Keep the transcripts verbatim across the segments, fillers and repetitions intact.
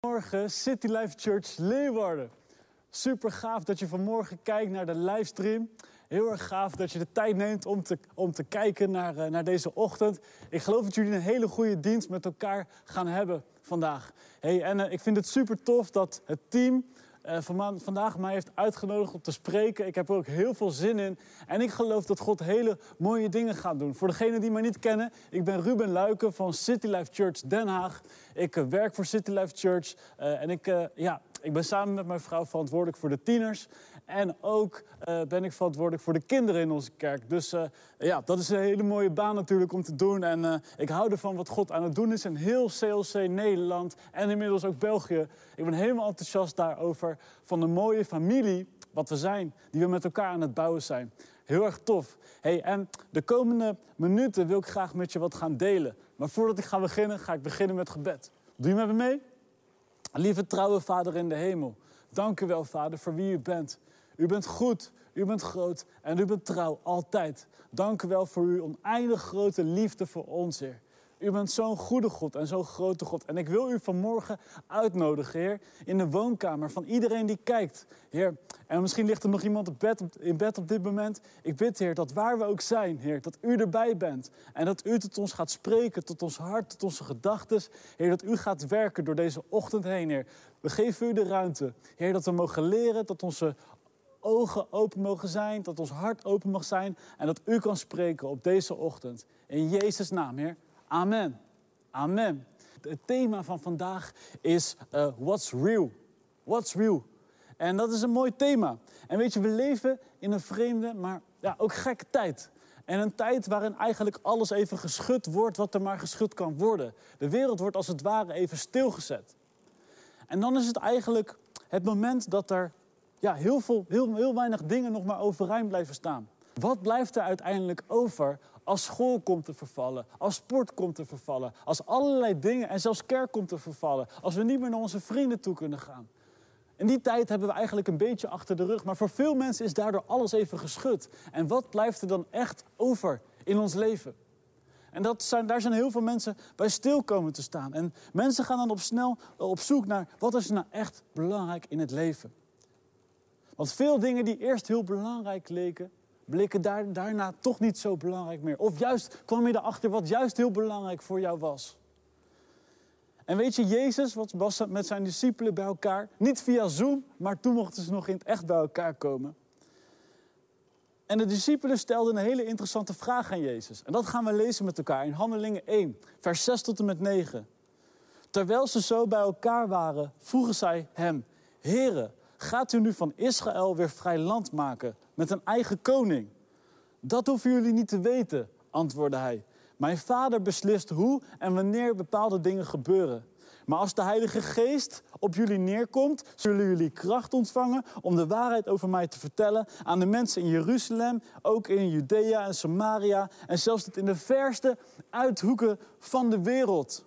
Morgen City Life Church Leeuwarden. Super gaaf dat je vanmorgen kijkt naar de livestream. Heel erg gaaf dat je de tijd neemt om te, om te kijken naar, uh, naar deze ochtend. Ik geloof dat jullie een hele goede dienst met elkaar gaan hebben vandaag. Hey, en uh, ik vind het super tof dat het team uh, van, vandaag mij heeft uitgenodigd om te spreken. Ik heb er ook heel veel zin in. En ik geloof dat God hele mooie dingen gaat doen. Voor degenen die mij niet kennen, ik ben Ruben Luiken van City Life Church Den Haag. Ik uh, werk voor City Life Church uh, en ik... Uh, ja, Ik ben samen met mijn vrouw verantwoordelijk voor de tieners. En ook uh, ben ik verantwoordelijk voor de kinderen in onze kerk. Dus uh, ja, dat is een hele mooie baan natuurlijk om te doen. En uh, ik hou ervan wat God aan het doen is in heel C L C Nederland en inmiddels ook België. Ik ben helemaal enthousiast daarover van de mooie familie wat we zijn, die we met elkaar aan het bouwen zijn. Heel erg tof. Hey, en de komende minuten wil ik graag met je wat gaan delen. Maar voordat ik ga beginnen, ga ik beginnen met gebed. Doe je met me mee? Lieve trouwe Vader in de hemel, dank u wel, Vader, voor wie u bent. U bent goed, u bent groot en u bent trouw, altijd. Dank u wel voor uw oneindig grote liefde voor ons, Heer. U bent zo'n goede God en zo'n grote God. En ik wil u vanmorgen uitnodigen, Heer, in de woonkamer van iedereen die kijkt, Heer. En misschien ligt er nog iemand op bed, in bed op dit moment. Ik bid, Heer, dat waar we ook zijn, Heer, dat u erbij bent. En dat u tot ons gaat spreken, tot ons hart, tot onze gedachten. Heer, dat u gaat werken door deze ochtend heen, Heer. We geven u de ruimte, Heer, dat we mogen leren, dat onze ogen open mogen zijn, dat ons hart open mag zijn. En dat u kan spreken op deze ochtend. In Jezus' naam, Heer. Amen. Amen. Het thema van vandaag is uh, What's Real? What's Real? En dat is een mooi thema. En weet je, we leven in een vreemde, maar ja, ook gekke tijd. En een tijd waarin eigenlijk alles even geschud wordt wat er maar geschud kan worden. De wereld wordt als het ware even stilgezet. En dan is het eigenlijk het moment dat er ja, heel, veel, heel, heel weinig dingen nog maar overeind blijven staan. Wat blijft er uiteindelijk over als school komt te vervallen, als sport komt te vervallen, als allerlei dingen en zelfs kerk komt te vervallen, als we niet meer naar onze vrienden toe kunnen gaan? In die tijd hebben we eigenlijk een beetje achter de rug, maar voor veel mensen is daardoor alles even geschud. En wat blijft er dan echt over in ons leven? En dat zijn, daar zijn heel veel mensen bij stil komen te staan. En mensen gaan dan op snel op zoek naar wat is nou echt belangrijk in het leven. Want veel dingen die eerst heel belangrijk leken, bleken daar, daarna toch niet zo belangrijk meer. Of juist kwam je erachter wat juist heel belangrijk voor jou was. En weet je, Jezus was met zijn discipelen bij elkaar. Niet via Zoom, maar toen mochten ze nog in het echt bij elkaar komen. En de discipelen stelden een hele interessante vraag aan Jezus. En dat gaan we lezen met elkaar in Handelingen één, vers zes tot en met negen. Terwijl ze zo bij elkaar waren, vroegen zij hem: Heere, gaat u nu van Israël weer vrij land maken met een eigen koning? Dat hoeven jullie niet te weten, antwoordde hij. Mijn Vader beslist hoe en wanneer bepaalde dingen gebeuren. Maar als de Heilige Geest op jullie neerkomt, zullen jullie kracht ontvangen om de waarheid over mij te vertellen aan de mensen in Jeruzalem, ook in Judea en Samaria en zelfs tot in de verste uithoeken van de wereld.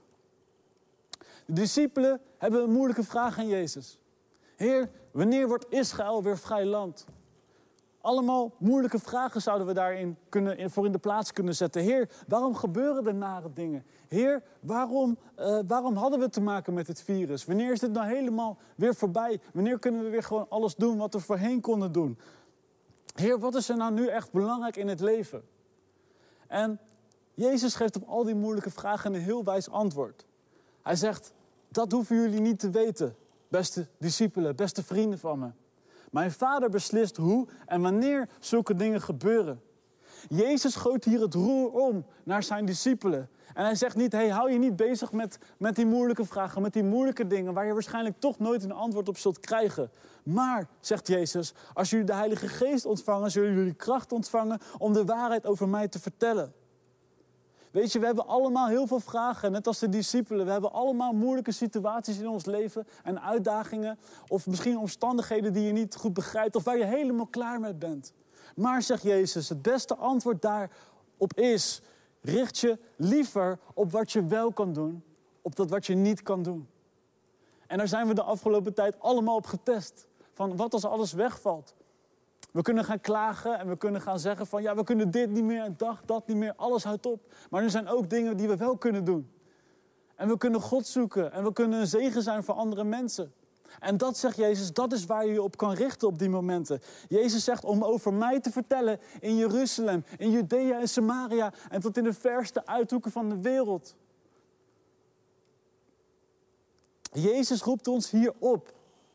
De discipelen hebben een moeilijke vraag aan Jezus. Heer, wanneer wordt Israël weer vrij land? Allemaal moeilijke vragen zouden we daarin kunnen, voor in de plaats kunnen zetten. Heer, waarom gebeuren er nare dingen? Heer, waarom, uh, waarom hadden we te maken met het virus? Wanneer is dit nou helemaal weer voorbij? Wanneer kunnen we weer gewoon alles doen wat we voorheen konden doen? Heer, wat is er nou nu echt belangrijk in het leven? En Jezus geeft op al die moeilijke vragen een heel wijs antwoord. Hij zegt, dat hoeven jullie niet te weten, beste discipelen, beste vrienden van me. Mijn Vader beslist hoe en wanneer zulke dingen gebeuren. Jezus gooit hier het roer om naar zijn discipelen. En hij zegt niet, hey, hou je niet bezig met, met die moeilijke vragen, met die moeilijke dingen, waar je waarschijnlijk toch nooit een antwoord op zult krijgen. Maar, zegt Jezus, als jullie de Heilige Geest ontvangen, zullen jullie kracht ontvangen om de waarheid over mij te vertellen. Weet je, we hebben allemaal heel veel vragen, net als de discipelen. We hebben allemaal moeilijke situaties in ons leven en uitdagingen. Of misschien omstandigheden die je niet goed begrijpt of waar je helemaal klaar mee bent. Maar, zegt Jezus, het beste antwoord daarop is, richt je liever op wat je wel kan doen, op dat wat je niet kan doen. En daar zijn we de afgelopen tijd allemaal op getest. Van wat als alles wegvalt? We kunnen gaan klagen en we kunnen gaan zeggen van ja, we kunnen dit niet meer en dag, dat niet meer. Alles houdt op. Maar er zijn ook dingen die we wel kunnen doen. En we kunnen God zoeken. En we kunnen een zegen zijn voor andere mensen. En dat, zegt Jezus, dat is waar je je op kan richten op die momenten. Jezus zegt om over mij te vertellen in Jeruzalem, in Judea en Samaria en tot in de verste uithoeken van de wereld. Jezus roept ons hier op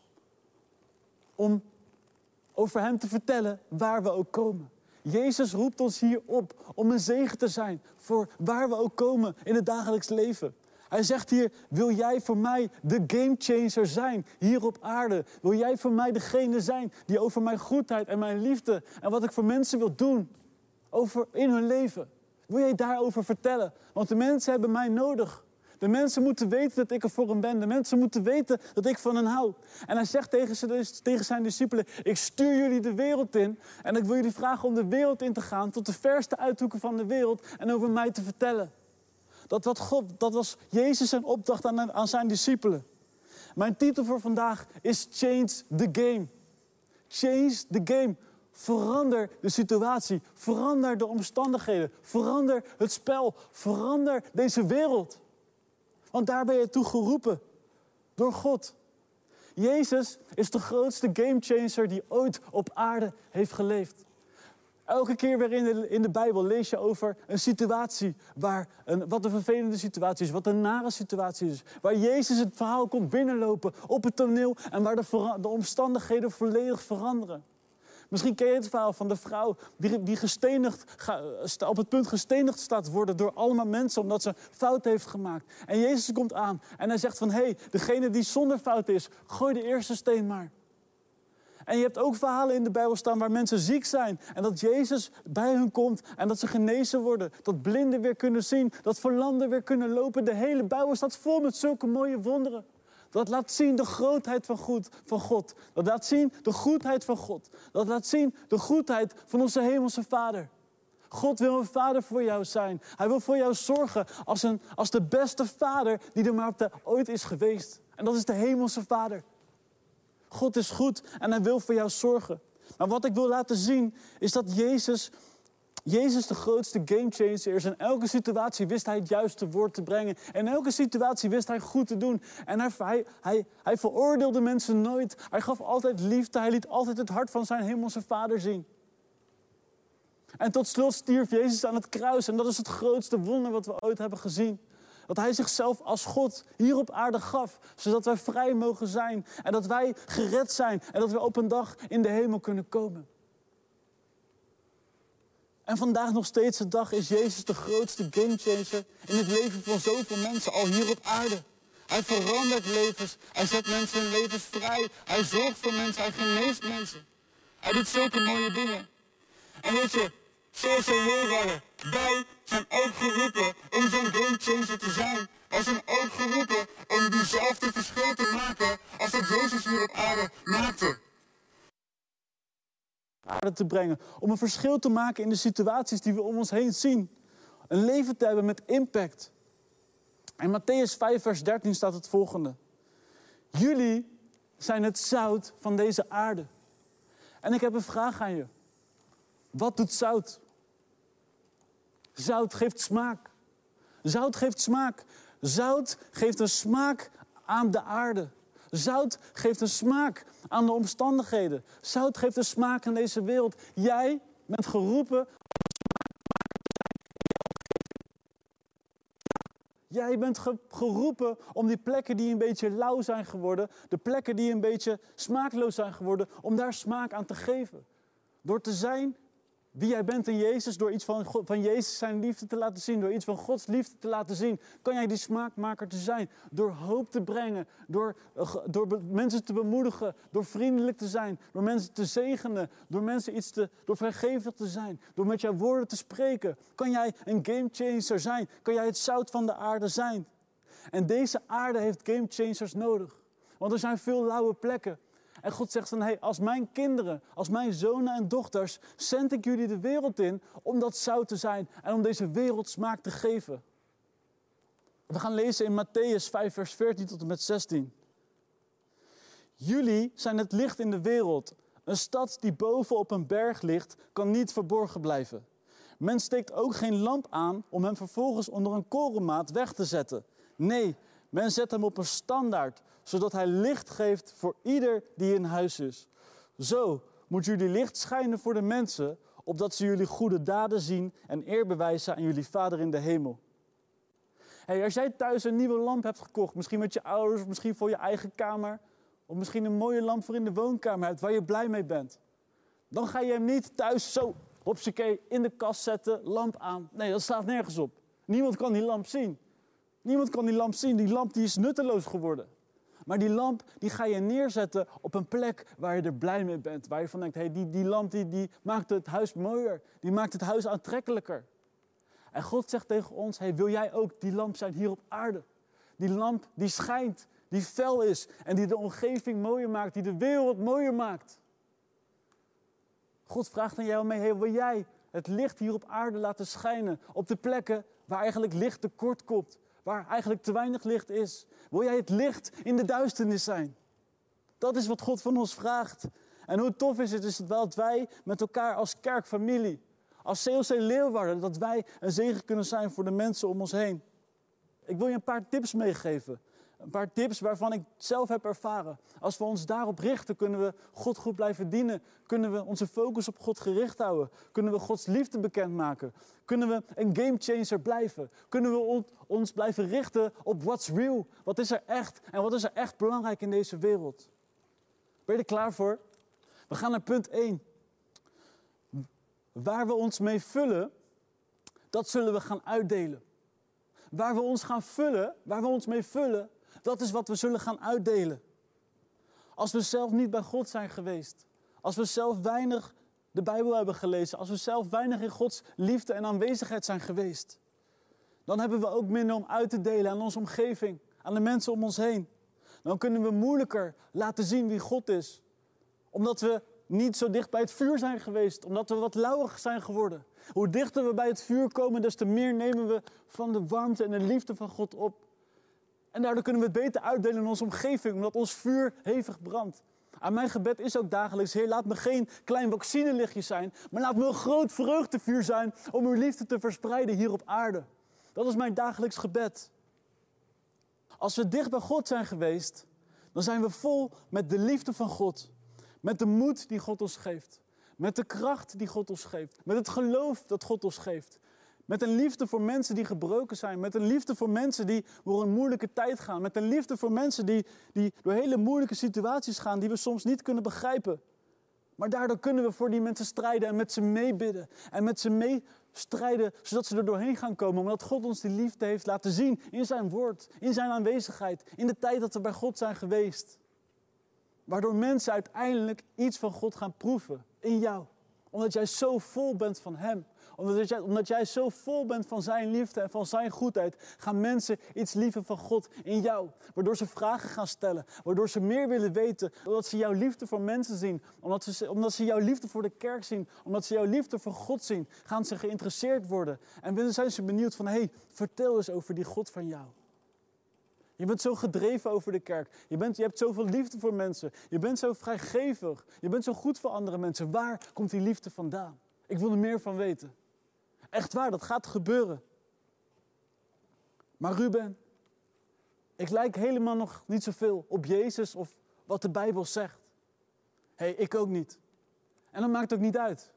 om over hem te vertellen waar we ook komen. Jezus roept ons hier op om een zegen te zijn voor waar we ook komen in het dagelijks leven. Hij zegt hier, wil jij voor mij de gamechanger zijn hier op aarde? Wil jij voor mij degene zijn die over mijn goedheid en mijn liefde en wat ik voor mensen wil doen over in hun leven? Wil jij daarover vertellen? Want de mensen hebben mij nodig. De mensen moeten weten dat ik er voor hen ben. De mensen moeten weten dat ik van hen hou. En hij zegt tegen zijn, tegen zijn discipelen, ik stuur jullie de wereld in. En ik wil jullie vragen om de wereld in te gaan, tot de verste uithoeken van de wereld en over mij te vertellen. Dat, wat God, dat was Jezus zijn opdracht aan, aan zijn discipelen. Mijn titel voor vandaag is Change the Game. Change the Game. Verander de situatie. Verander de omstandigheden. Verander het spel. Verander deze wereld. Want daar ben je toe geroepen. Door God. Jezus is de grootste gamechanger die ooit op aarde heeft geleefd. Elke keer weer in de, in de Bijbel lees je over een situatie, waar een, wat een vervelende situatie is, wat een nare situatie is. Waar Jezus het verhaal komt binnenlopen op het toneel en waar de, de omstandigheden volledig veranderen. Misschien ken je het verhaal van de vrouw die, die gestenigd, op het punt gestenigd staat te worden door allemaal mensen omdat ze fout heeft gemaakt. En Jezus komt aan en hij zegt van, hé, hey, degene die zonder fout is, gooi de eerste steen maar. En je hebt ook verhalen in de Bijbel staan waar mensen ziek zijn. En dat Jezus bij hen komt en dat ze genezen worden. Dat blinden weer kunnen zien, dat verlamden weer kunnen lopen. De hele Bijbel staat vol met zulke mooie wonderen. Dat laat zien de grootheid van, goed, van God. Dat laat zien de goedheid van God. Dat laat zien de goedheid van onze hemelse Vader. God wil een vader voor jou zijn. Hij wil voor jou zorgen als, een, als de beste vader die er maar op de, ooit is geweest. En dat is de hemelse Vader. God is goed en hij wil voor jou zorgen. Maar wat ik wil laten zien is dat Jezus, Jezus de grootste gamechanger is. In elke situatie wist hij het juiste woord te brengen. In elke situatie wist hij goed te doen. En hij, hij, hij, hij veroordeelde mensen nooit. Hij gaf altijd liefde. Hij liet altijd het hart van zijn hemelse Vader zien. En tot slot stierf Jezus aan het kruis. En dat is het grootste wonder wat we ooit hebben gezien. Dat hij zichzelf als God hier op aarde gaf. Zodat wij vrij mogen zijn. En dat wij gered zijn. En dat we op een dag in de hemel kunnen komen. En vandaag nog steeds de dag is Jezus de grootste gamechanger in het leven van zoveel mensen al hier op aarde. Hij verandert levens. Hij zet mensen hun levens vrij. Hij zorgt voor mensen. Hij geneest mensen. Hij doet zulke mooie dingen. En weet je, zoals we horen, wij zijn ook geroepen om zo'n gamechanger te zijn. Wij zijn ook geroepen om diezelfde verschil te maken als dat Jezus hier op aarde maakte. Aarde te brengen, om een verschil te maken in de situaties die we om ons heen zien. Een leven te hebben met impact. In Mattheüs vijf vers dertien staat het volgende. Jullie zijn het zout van deze aarde. En ik heb een vraag aan je. Wat doet zout? Zout geeft smaak. Zout geeft smaak. Zout geeft een smaak aan de aarde. Zout geeft een smaak aan de omstandigheden. Zout geeft een smaak aan deze wereld. Jij bent geroepen om smaak te zijn. Jij bent ge- geroepen om die plekken die een beetje lauw zijn geworden, de plekken die een beetje smaakloos zijn geworden, om daar smaak aan te geven. Door te zijn wie jij bent in Jezus, door iets van, God, van Jezus zijn liefde te laten zien, door iets van Gods liefde te laten zien, kan jij die smaakmaker te zijn. Door hoop te brengen, door, door be, mensen te bemoedigen, door vriendelijk te zijn, door mensen te zegenen, door mensen iets te, door vrijgevig te zijn, door met jouw woorden te spreken. Kan jij een gamechanger zijn? Kan jij het zout van de aarde zijn? En deze aarde heeft gamechangers nodig. Want er zijn veel lauwe plekken. En God zegt van, hey, als mijn kinderen, als mijn zonen en dochters, zend ik jullie de wereld in om dat zout te zijn en om deze wereld smaak te geven. We gaan lezen in Mattheüs vijf vers veertien tot en met zestien. Jullie zijn het licht in de wereld. Een stad die boven op een berg ligt, kan niet verborgen blijven. Men steekt ook geen lamp aan om hem vervolgens onder een korenmaat weg te zetten. Nee, men zet hem op een standaard, zodat hij licht geeft voor ieder die in huis is. Zo moet jullie licht schijnen voor de mensen, opdat ze jullie goede daden zien en eer bewijzen aan jullie Vader in de hemel. Hey, als jij thuis een nieuwe lamp hebt gekocht, misschien met je ouders, of misschien voor je eigen kamer, of misschien een mooie lamp voor in de woonkamer hebt waar je blij mee bent, dan ga je hem niet thuis zo, hopsakee, in de kast zetten, lamp aan. Nee, dat staat nergens op. Niemand kan die lamp zien. Niemand kan die lamp zien. Die lamp die is nutteloos geworden. Maar die lamp die ga je neerzetten op een plek waar je er blij mee bent. Waar je van denkt, hey, die, die lamp die, die maakt het huis mooier. Die maakt het huis aantrekkelijker. En God zegt tegen ons, hey, wil jij ook die lamp zijn hier op aarde? Die lamp die schijnt, die fel is en die de omgeving mooier maakt, die de wereld mooier maakt. God vraagt aan jou mee, hey, wil jij het licht hier op aarde laten schijnen op de plekken waar eigenlijk licht tekort komt, waar eigenlijk te weinig licht is? Wil jij het licht in de duisternis zijn? Dat is wat God van ons vraagt. En hoe tof is het, is het wel dat wij met elkaar als kerkfamilie, als C L C Leeuwarden, dat wij een zegen kunnen zijn voor de mensen om ons heen. Ik wil je een paar tips meegeven. Een paar tips waarvan ik zelf heb ervaren. Als we ons daarop richten, kunnen we God goed blijven dienen. Kunnen we onze focus op God gericht houden. Kunnen we Gods liefde bekendmaken. Kunnen we een gamechanger blijven. Kunnen we ons blijven richten op what's real. Wat is er echt en wat is er echt belangrijk in deze wereld. Ben je er klaar voor? We gaan naar punt één. Waar we ons mee vullen, dat zullen we gaan uitdelen. Waar we ons gaan vullen, waar we ons mee vullen, dat is wat we zullen gaan uitdelen. Als we zelf niet bij God zijn geweest, als we zelf weinig de Bijbel hebben gelezen, als we zelf weinig in Gods liefde en aanwezigheid zijn geweest, dan hebben we ook minder om uit te delen aan onze omgeving, aan de mensen om ons heen. Dan kunnen we moeilijker laten zien wie God is, omdat we niet zo dicht bij het vuur zijn geweest, omdat we wat lauwig zijn geworden. Hoe dichter we bij het vuur komen, des te meer nemen we van de warmte en de liefde van God op. En daardoor kunnen we het beter uitdelen in onze omgeving, omdat ons vuur hevig brandt. Aan mijn gebed is ook dagelijks, Heer, laat me geen klein vaccinelichtje zijn, maar laat me een groot vreugdevuur zijn om uw liefde te verspreiden hier op aarde. Dat is mijn dagelijks gebed. Als we dicht bij God zijn geweest, dan zijn we vol met de liefde van God. Met de moed die God ons geeft. Met de kracht die God ons geeft. Met het geloof dat God ons geeft. Met een liefde voor mensen die gebroken zijn. Met een liefde voor mensen die door een moeilijke tijd gaan. Met een liefde voor mensen die, die door hele moeilijke situaties gaan die we soms niet kunnen begrijpen. Maar daardoor kunnen we voor die mensen strijden en met ze meebidden. En met ze meestrijden zodat ze er doorheen gaan komen. Omdat God ons die liefde heeft laten zien in zijn woord. In zijn aanwezigheid. In de tijd dat we bij God zijn geweest. Waardoor mensen uiteindelijk iets van God gaan proeven in jou. Omdat jij zo vol bent van hem. Omdat jij, omdat jij zo vol bent van zijn liefde en van zijn goedheid. Gaan mensen iets lieven van God in jou. Waardoor ze vragen gaan stellen. Waardoor ze meer willen weten. Omdat ze jouw liefde voor mensen zien. Omdat ze, omdat ze jouw liefde voor de kerk zien. Omdat ze jouw liefde voor God zien. Gaan ze geïnteresseerd worden. En dan zijn ze benieuwd van, hé, hey, vertel eens over die God van jou. Je bent zo gedreven over de kerk. Je, bent, je hebt zoveel liefde voor mensen. Je bent zo vrijgevig. Je bent zo goed voor andere mensen. Waar komt die liefde vandaan? Ik wil er meer van weten. Echt waar, dat gaat gebeuren. Maar Ruben, ik lijk helemaal nog niet zoveel op Jezus of wat de Bijbel zegt. Hé, hey, ik ook niet. En dat maakt ook niet uit.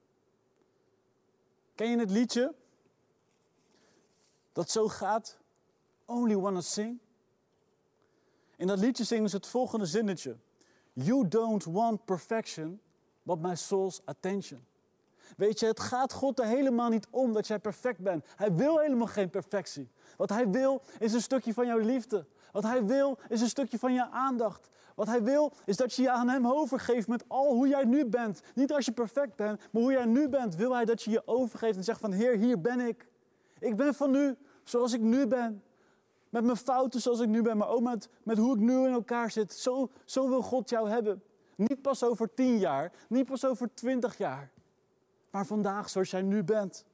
Ken je het liedje? Dat zo gaat. Only wanna sing. In dat liedje zingen ze het volgende zinnetje. You don't want perfection, but my soul's attention. Weet je, het gaat God er helemaal niet om dat jij perfect bent. Hij wil helemaal geen perfectie. Wat hij wil is een stukje van jouw liefde. Wat hij wil is een stukje van jouw aandacht. Wat hij wil is dat je je aan hem overgeeft met al hoe jij nu bent. Niet als je perfect bent, maar hoe jij nu bent. Wil hij dat je je overgeeft en zegt van, Heer, hier ben ik. Ik ben van u, zoals ik nu ben. Met mijn fouten zoals ik nu ben, maar ook met, met hoe ik nu in elkaar zit. Zo, zo wil God jou hebben. Niet pas over tien jaar, niet pas over twintig jaar. Maar vandaag zoals jij nu bent.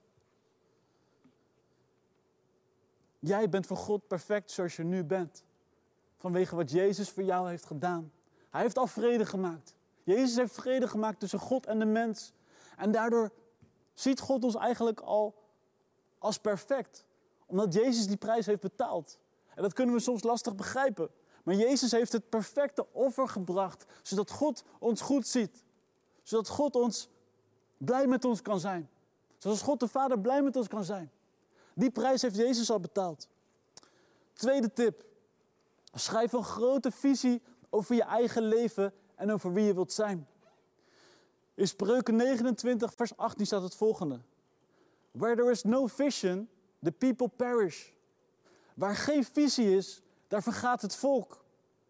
Jij bent voor God perfect zoals je nu bent. Vanwege wat Jezus voor jou heeft gedaan. Hij heeft al vrede gemaakt. Jezus heeft vrede gemaakt tussen God en de mens. En daardoor ziet God ons eigenlijk al als perfect. Omdat Jezus die prijs heeft betaald. En dat kunnen we soms lastig begrijpen. Maar Jezus heeft het perfecte offer gebracht, zodat God ons goed ziet. Zodat God ons blij met ons kan zijn. Zoals God de Vader blij met ons kan zijn. Die prijs heeft Jezus al betaald. Tweede tip. Schrijf een grote visie over je eigen leven en over wie je wilt zijn. In Spreuken negenentwintig, vers achttien staat het volgende. Where there is no vision, the people perish. Waar geen visie is, daar vergaat het volk.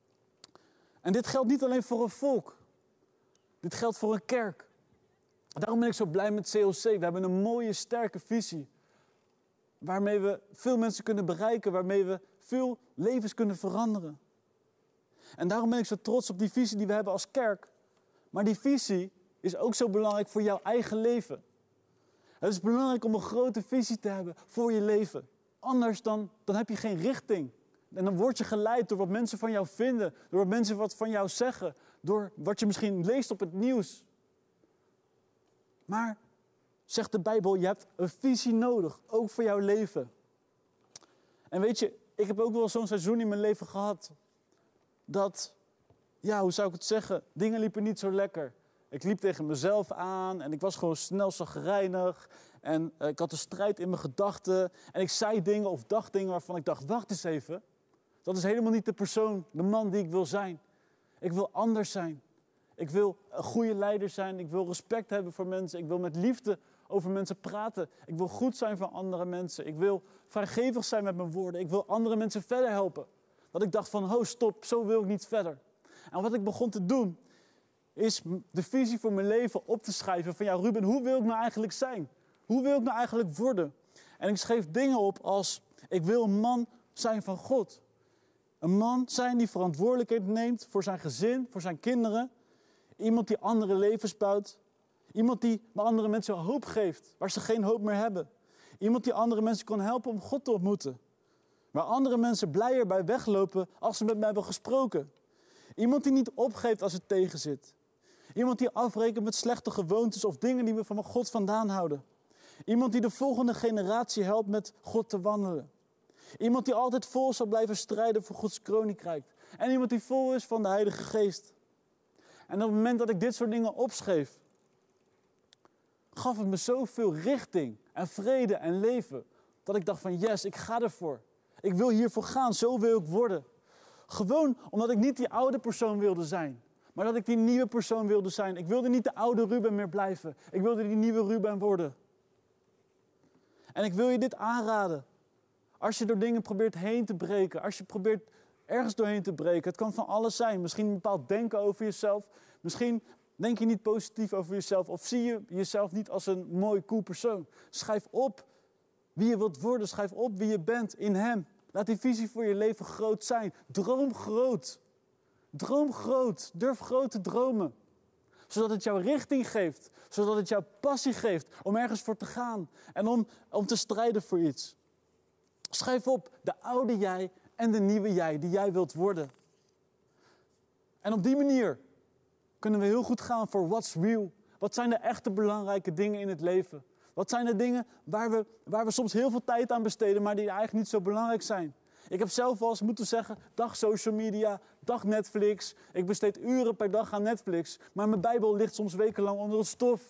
En dit geldt niet alleen voor een volk. Dit geldt voor een kerk. Daarom ben ik zo blij met C O C. We hebben een mooie, sterke visie. Waarmee we veel mensen kunnen bereiken. Waarmee we veel levens kunnen veranderen. En daarom ben ik zo trots op die visie die we hebben als kerk. Maar die visie is ook zo belangrijk voor jouw eigen leven. Het is belangrijk om een grote visie te hebben voor je leven. Anders dan, dan heb je geen richting. En dan word je geleid door wat mensen van jou vinden. Door wat mensen wat van jou zeggen. Door wat je misschien leest op het nieuws. Maar, zegt de Bijbel, je hebt een visie nodig. Ook voor jouw leven. En weet je, ik heb ook wel zo'n seizoen in mijn leven gehad. Dat, ja, hoe zou ik het zeggen? Dingen liepen niet zo lekker. Ik liep tegen mezelf aan en ik was gewoon snel chagrijnig. En uh, ik had een strijd in mijn gedachten. En ik zei dingen of dacht dingen waarvan ik dacht, wacht eens even. Dat is helemaal niet de persoon, de man die ik wil zijn. Ik wil anders zijn. Ik wil een goede leider zijn. Ik wil respect hebben voor mensen. Ik wil met liefde over mensen praten. Ik wil goed zijn voor andere mensen. Ik wil vrijgevig zijn met mijn woorden. Ik wil andere mensen verder helpen. Dat ik dacht van, ho, stop, zo wil ik niet verder. En wat ik begon te doen, is de visie voor mijn leven op te schrijven. Van ja, Ruben, hoe wil ik nou eigenlijk zijn? Hoe wil ik nou eigenlijk worden? En ik schreef dingen op als, ik wil een man zijn van God. Een man zijn die verantwoordelijkheid neemt voor zijn gezin, voor zijn kinderen. Iemand die andere levens bouwt. Iemand die andere mensen hoop geeft, waar ze geen hoop meer hebben. Iemand die andere mensen kan helpen om God te ontmoeten. Waar andere mensen blijer bij weglopen als ze met mij hebben gesproken. Iemand die niet opgeeft als het tegenzit. Iemand die afrekent met slechte gewoontes of dingen die we van God vandaan houden. Iemand die de volgende generatie helpt met God te wandelen. Iemand die altijd vol zal blijven strijden voor Gods koninkrijk. En iemand die vol is van de Heilige Geest. En op het moment dat ik dit soort dingen opschreef, gaf het me zoveel richting en vrede en leven. Dat ik dacht van yes, ik ga ervoor. Ik wil hiervoor gaan, zo wil ik worden. Gewoon omdat ik niet die oude persoon wilde zijn. Maar dat ik die nieuwe persoon wilde zijn. Ik wilde niet de oude Ruben meer blijven. Ik wilde die nieuwe Ruben worden. En ik wil je dit aanraden. Als je door dingen probeert heen te breken. Als je probeert ergens doorheen te breken. Het kan van alles zijn. Misschien een bepaald denken over jezelf. Misschien denk je niet positief over jezelf. Of zie je jezelf niet als een mooi, cool persoon. Schrijf op wie je wilt worden. Schrijf op wie je bent in hem. Laat die visie voor je leven groot zijn. Droom groot. Droom groot. Durf groot te dromen. Zodat het jou richting geeft. Zodat het jou passie geeft om ergens voor te gaan. En om, om te strijden voor iets. Schrijf op de oude jij en de nieuwe jij die jij wilt worden. En op die manier kunnen we heel goed gaan voor what's real. Wat zijn de echte belangrijke dingen in het leven? Wat zijn de dingen waar we, waar we soms heel veel tijd aan besteden, maar die eigenlijk niet zo belangrijk zijn? Ik heb zelf wel eens moeten zeggen, dag social media, dag Netflix. Ik besteed uren per dag aan Netflix. Maar mijn Bijbel ligt soms wekenlang onder het stof.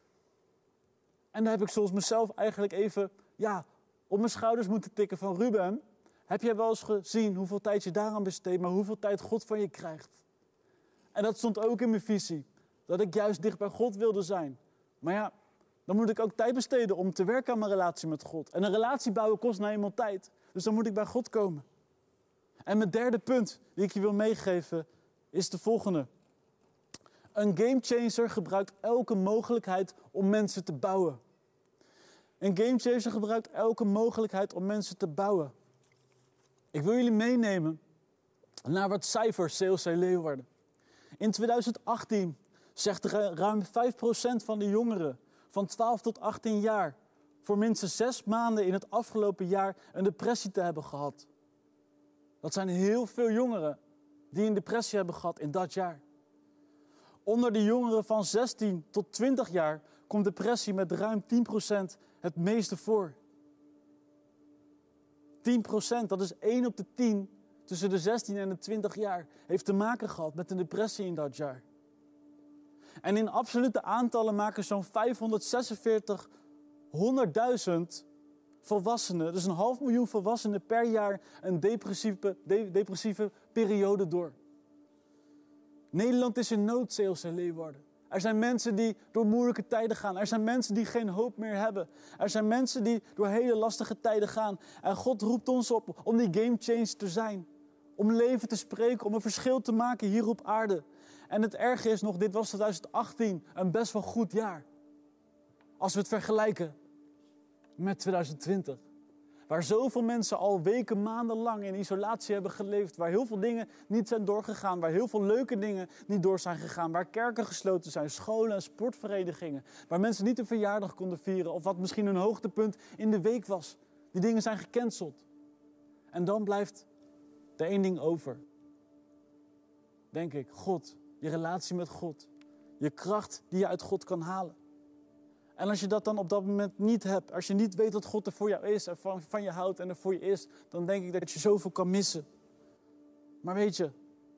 En dan heb ik soms mezelf eigenlijk even ja, op mijn schouders moeten tikken van Ruben. Heb jij wel eens gezien hoeveel tijd je daaraan besteedt, maar hoeveel tijd God van je krijgt? En dat stond ook in mijn visie. Dat ik juist dicht bij God wilde zijn. Maar ja, dan moet ik ook tijd besteden om te werken aan mijn relatie met God. En een relatie bouwen kost nou eenmaal tijd. Dus dan moet ik bij God komen. En mijn derde punt die ik je wil meegeven is de volgende. Een gamechanger gebruikt elke mogelijkheid om mensen te bouwen. Een gamechanger gebruikt elke mogelijkheid om mensen te bouwen. Ik wil jullie meenemen naar wat cijfers C O C Leeuwarden. In twintig achttien zegt ruim vijf procent van de jongeren van twaalf tot achttien jaar voor minstens zes maanden in het afgelopen jaar een depressie te hebben gehad. Dat zijn heel veel jongeren die een depressie hebben gehad in dat jaar. Onder de jongeren van zestien tot twintig jaar komt depressie met ruim tien procent het meeste voor. tien procent, dat is één op de tien tussen de zestien en de twintig jaar, heeft te maken gehad met een depressie in dat jaar. En in absolute aantallen maken zo'n vijfhonderdzesenveertig, honderdduizend volwassenen, dus een half miljoen volwassenen per jaar, een depressieve, de, depressieve periode door. Nederland is in nood, C L C Leeuwarden. Er zijn mensen die door moeilijke tijden gaan. Er zijn mensen die geen hoop meer hebben. Er zijn mensen die door hele lastige tijden gaan. En God roept ons op om die game changer te zijn. Om leven te spreken, om een verschil te maken hier op aarde. En het erge is nog, dit was twintig achttien, een best wel goed jaar. Als we het vergelijken met twintig twintig. Waar zoveel mensen al weken, maanden lang in isolatie hebben geleefd. Waar heel veel dingen niet zijn doorgegaan. Waar heel veel leuke dingen niet door zijn gegaan. Waar kerken gesloten zijn, scholen en sportverenigingen. Waar mensen niet een verjaardag konden vieren. Of wat misschien hun hoogtepunt in de week was. Die dingen zijn gecanceld. En dan blijft er één ding over. Denk ik, God. Je relatie met God. Je kracht die je uit God kan halen. En als je dat dan op dat moment niet hebt, als je niet weet dat God er voor jou is en van, van je houdt en er voor je is, dan denk ik dat je zoveel kan missen. Maar weet je,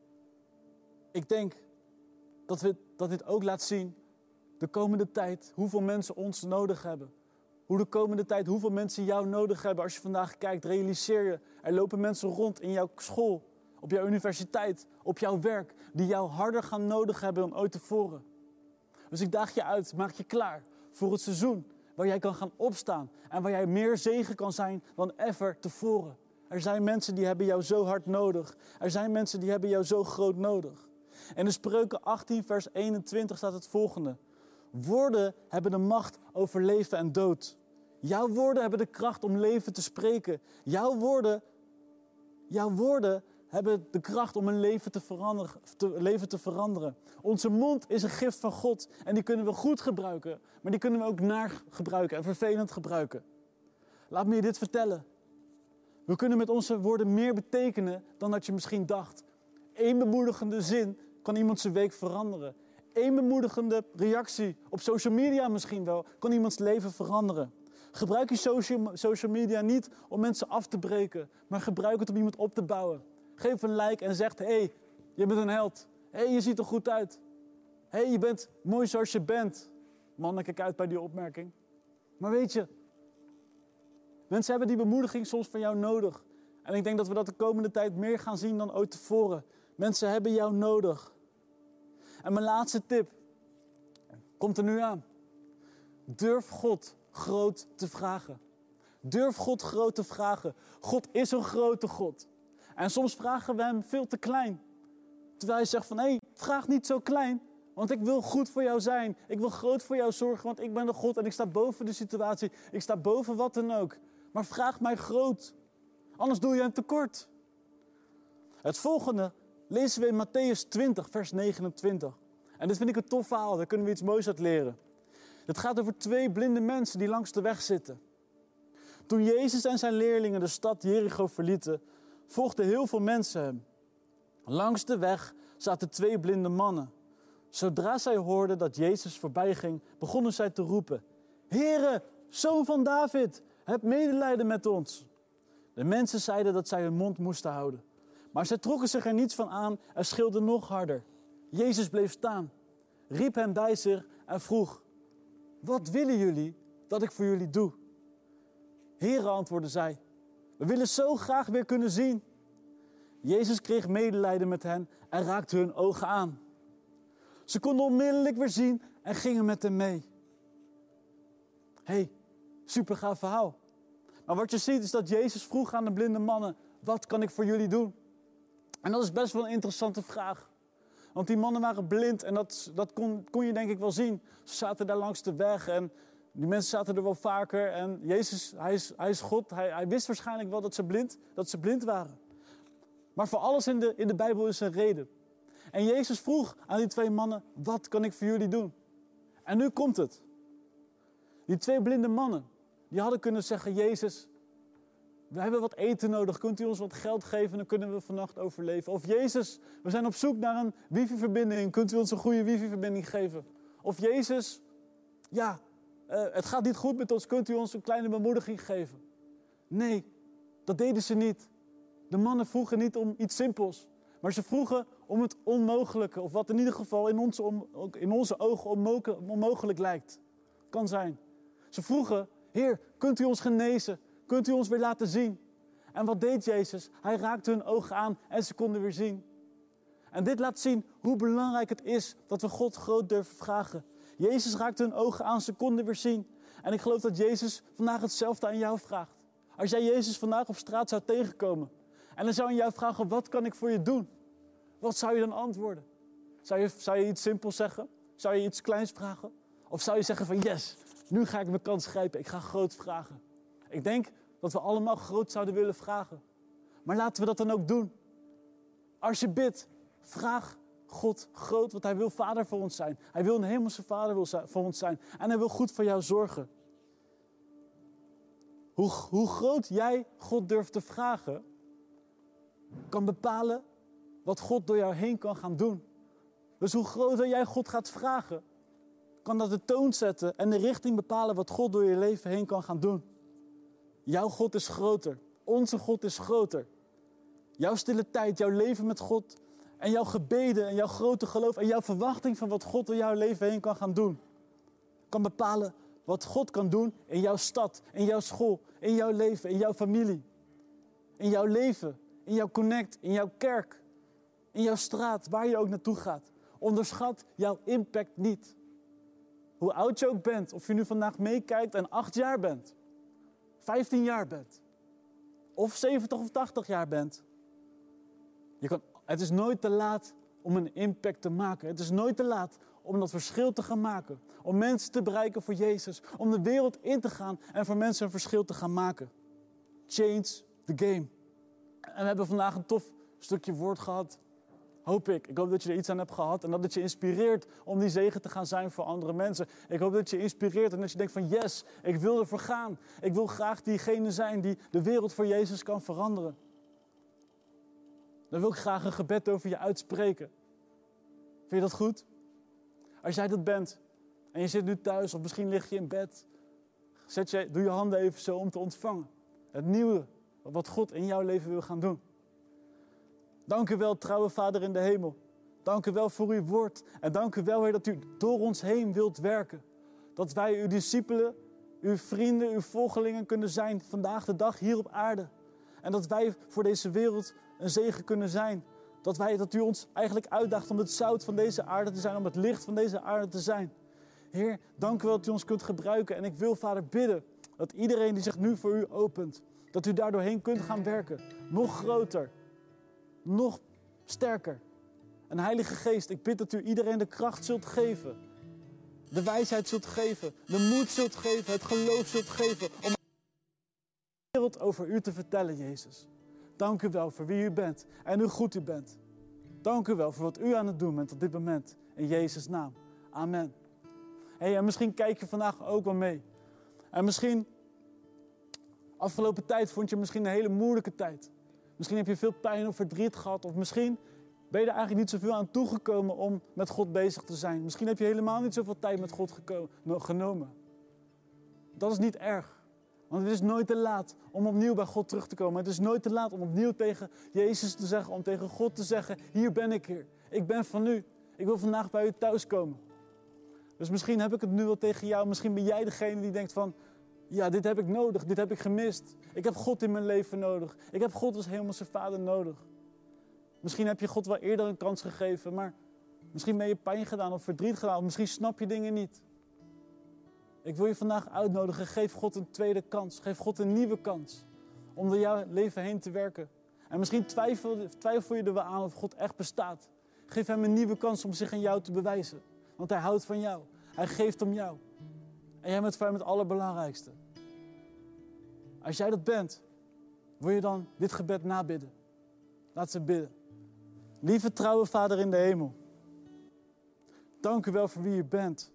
ik denk dat, we, dat dit ook laat zien, de komende tijd, hoeveel mensen ons nodig hebben. Hoe de komende tijd, hoeveel mensen jou nodig hebben. Als je vandaag kijkt, realiseer je, er lopen mensen rond in jouw school, op jouw universiteit, op jouw werk, die jou harder gaan nodig hebben dan ooit tevoren. Dus ik daag je uit, maak je klaar voor het seizoen waar jij kan gaan opstaan en waar jij meer zegen kan zijn dan ever tevoren. Er zijn mensen die hebben jou zo hard nodig. Er zijn mensen die hebben jou zo groot nodig. En in Spreuken achttien vers eenentwintig staat het volgende. Woorden hebben de macht over leven en dood. Jouw woorden hebben de kracht om leven te spreken. Jouw woorden, jouw woorden hebben de kracht om een leven te, veranderen, te, leven te veranderen. Onze mond is een gift van God en die kunnen we goed gebruiken. Maar die kunnen we ook naar gebruiken en vervelend gebruiken. Laat me je dit vertellen. We kunnen met onze woorden meer betekenen dan dat je misschien dacht. Eén bemoedigende zin kan iemand zijn week veranderen. Eén bemoedigende reactie op social media misschien wel kan iemands leven veranderen. Gebruik je social, social media niet om mensen af te breken, maar gebruik het om iemand op te bouwen. Geef een like en zeg, hé, hey, je bent een held. Hé, hey, je ziet er goed uit. Hé, hey, je bent mooi zoals je bent. Mannen, kijk uit bij die opmerking. Maar weet je, mensen hebben die bemoediging soms van jou nodig. En ik denk dat we dat de komende tijd meer gaan zien dan ooit tevoren. Mensen hebben jou nodig. En mijn laatste tip komt er nu aan. Durf God groot te vragen. Durf God groot te vragen. God is een grote God. En soms vragen we hem veel te klein. Terwijl hij zegt van, hé, hey, vraag niet zo klein. Want ik wil goed voor jou zijn. Ik wil groot voor jou zorgen, want ik ben de God en ik sta boven de situatie. Ik sta boven wat dan ook. Maar vraag mij groot. Anders doe je hem tekort. Het volgende lezen we in Matthäus twintig, vers negenentwintig. En dit vind ik een tof verhaal, daar kunnen we iets moois uit leren. Het gaat over twee blinde mensen die langs de weg zitten. Toen Jezus en zijn leerlingen de stad Jericho verlieten, volgden heel veel mensen hem. Langs de weg zaten twee blinde mannen. Zodra zij hoorden dat Jezus voorbij ging, begonnen zij te roepen: Heere, Zoon van David, heb medelijden met ons. De mensen zeiden dat zij hun mond moesten houden. Maar zij trokken zich er niets van aan en schreeuwden nog harder. Jezus bleef staan, riep hen bij zich en vroeg: Wat willen jullie dat ik voor jullie doe? Heere, antwoordden zij, we willen zo graag weer kunnen zien. Jezus kreeg medelijden met hen en raakte hun ogen aan. Ze konden onmiddellijk weer zien en gingen met hem mee. Hé, hey, super gaaf verhaal. Maar wat je ziet is dat Jezus vroeg aan de blinde mannen: wat kan ik voor jullie doen? En dat is best wel een interessante vraag. Want die mannen waren blind en dat, dat kon, kon je denk ik wel zien. Ze zaten daar langs de weg en die mensen zaten er wel vaker. En Jezus, hij is, hij is God, hij, hij wist waarschijnlijk wel dat ze, blind, dat ze blind waren. Maar voor alles in de, in de Bijbel is een reden. En Jezus vroeg aan die twee mannen: wat kan ik voor jullie doen? En nu komt het. Die twee blinde mannen, die hadden kunnen zeggen: Jezus, we hebben wat eten nodig. Kunt u ons wat geld geven, dan kunnen we vannacht overleven. Of Jezus, we zijn op zoek naar een wifi-verbinding. Kunt u ons een goede wifi-verbinding geven? Of Jezus, ja, uh, het gaat niet goed met ons. Kunt u ons een kleine bemoediging geven? Nee, Dat deden ze niet. De mannen vroegen niet om iets simpels. Maar ze vroegen om het onmogelijke. Of wat in ieder geval in onze, om, in onze ogen onmogelijk, onmogelijk lijkt. Kan zijn. Ze vroegen, Heer, kunt u ons genezen? Kunt u ons weer laten zien? En wat deed Jezus? Hij raakte hun ogen aan en ze konden weer zien. En dit laat zien hoe belangrijk het is dat we God groot durven vragen. Jezus raakte hun ogen aan, ze konden weer zien. En ik geloof dat Jezus vandaag hetzelfde aan jou vraagt. Als jij Jezus vandaag op straat zou tegenkomen en dan zou hij jou vragen, wat kan ik voor je doen? Wat zou je dan antwoorden? Zou je, zou je iets simpels zeggen? Zou je iets kleins vragen? Of zou je zeggen van yes, nu ga ik mijn kans grijpen, ik ga groot vragen. Ik denk dat we allemaal groot zouden willen vragen. Maar laten we dat dan ook doen. Als je bidt, vraag God groot, want hij wil vader voor ons zijn. Hij wil een hemelse vader voor ons zijn. En hij wil goed voor jou zorgen. Hoe, hoe groot jij God durft te vragen, kan bepalen wat God door jou heen kan gaan doen. Dus hoe groter jij God gaat vragen, kan dat de toon zetten en de richting bepalen wat God door je leven heen kan gaan doen. Jouw God is groter. Onze God is groter. Jouw stille tijd, jouw leven met God en jouw gebeden en jouw grote geloof en jouw verwachting van wat God door jouw leven heen kan gaan doen, kan bepalen wat God kan doen in jouw stad, in jouw school, in jouw leven, in jouw familie. In jouw leven, in jouw connect, in jouw kerk, in jouw straat, waar je ook naartoe gaat. Onderschat jouw impact niet. Hoe oud je ook bent, of je nu vandaag meekijkt en acht jaar bent, vijftien jaar bent, of zeventig of tachtig jaar bent. Je kan, het is nooit te laat om een impact te maken. Het is nooit te laat om dat verschil te gaan maken. Om mensen te bereiken voor Jezus. Om de wereld in te gaan en voor mensen een verschil te gaan maken. Change the game. En we hebben vandaag een tof stukje woord gehad. Hoop ik. Ik hoop dat je er iets aan hebt gehad. En dat het je inspireert om die zegen te gaan zijn voor andere mensen. Ik hoop dat het je inspireert en dat je denkt van yes, ik wil ervoor gaan. Ik wil graag diegene zijn die de wereld voor Jezus kan veranderen. Dan wil ik graag een gebed over je uitspreken. Vind je dat goed? Als jij dat bent en je zit nu thuis of misschien lig je in bed, zet je, doe je handen even zo om te ontvangen. Het nieuwe wat God in jouw leven wil gaan doen. Dank u wel, trouwe Vader in de hemel. Dank u wel voor uw woord. En dank u wel, Heer, dat u door ons heen wilt werken. Dat wij uw discipelen, uw vrienden, uw volgelingen kunnen zijn vandaag de dag hier op aarde. En dat wij voor deze wereld een zegen kunnen zijn. Dat, wij, dat u ons eigenlijk uitdaagt om het zout van deze aarde te zijn, om het licht van deze aarde te zijn. Heer, dank u wel dat u ons kunt gebruiken. En ik wil, Vader, bidden dat iedereen die zich nu voor u opent, dat u daardoorheen kunt gaan werken. Nog groter. Nog sterker. En Heilige Geest, ik bid dat u iedereen de kracht zult geven. De wijsheid zult geven. De moed zult geven. Het geloof zult geven. Om de wereld over u te vertellen, Jezus. Dank u wel voor wie u bent. En hoe goed u bent. Dank u wel voor wat u aan het doen bent op dit moment. In Jezus' naam. Amen. Hey, en misschien kijk je vandaag ook wel mee. En misschien, afgelopen tijd vond je misschien een hele moeilijke tijd. Misschien heb je veel pijn of verdriet gehad. Of misschien ben je er eigenlijk niet zoveel aan toegekomen om met God bezig te zijn. Misschien heb je helemaal niet zoveel tijd met God geko- genomen. Dat is niet erg. Want het is nooit te laat om opnieuw bij God terug te komen. Het is nooit te laat om opnieuw tegen Jezus te zeggen. Om tegen God te zeggen, hier ben ik, Heer. Ik ben van u. Ik wil vandaag bij u thuiskomen. Dus misschien heb ik het nu wel tegen jou. Misschien ben jij degene die denkt van, ja, dit heb ik nodig. Dit heb ik gemist. Ik heb God in mijn leven nodig. Ik heb God als hemelse Vader nodig. Misschien heb je God wel eerder een kans gegeven. Maar misschien ben je pijn gedaan of verdriet gedaan. Of misschien snap je dingen niet. Ik wil je vandaag uitnodigen. Geef God een tweede kans. Geef God een nieuwe kans. Om door jouw leven heen te werken. En misschien twijfel, twijfel je er wel aan of God echt bestaat. Geef hem een nieuwe kans om zich aan jou te bewijzen. Want hij houdt van jou. Hij geeft om jou. En jij bent voor hem het allerbelangrijkste. Als jij dat bent, wil je dan dit gebed nabidden. Laat ze bidden. Lieve trouwe Vader in de hemel. Dank u wel voor wie u bent.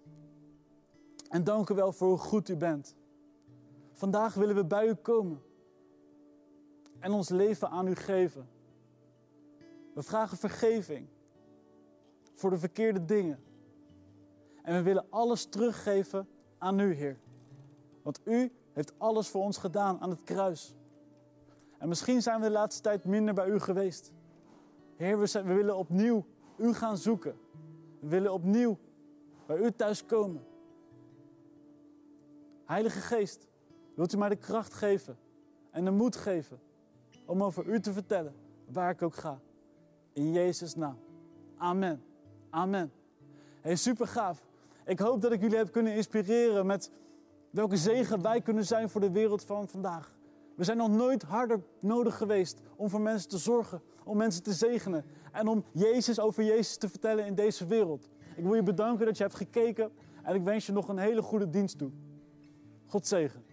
En dank u wel voor hoe goed u bent. Vandaag willen we bij u komen. En ons leven aan u geven. We vragen vergeving. Voor de verkeerde dingen. En we willen alles teruggeven aan u, Heer. Want u heeft alles voor ons gedaan aan het kruis. En misschien zijn we de laatste tijd minder bij u geweest. Heer, we, zijn, we willen opnieuw u gaan zoeken. We willen opnieuw bij u thuiskomen. Heilige Geest, wilt u mij de kracht geven en de moed geven om over u te vertellen, waar ik ook ga. In Jezus' naam. Amen. Amen. Hey, super gaaf. Ik hoop dat ik jullie heb kunnen inspireren met welke zegen wij kunnen zijn voor de wereld van vandaag. We zijn nog nooit harder nodig geweest om voor mensen te zorgen, om mensen te zegenen en om Jezus over Jezus te vertellen in deze wereld. Ik wil je bedanken dat je hebt gekeken en ik wens je nog een hele goede dienst toe. God zegen.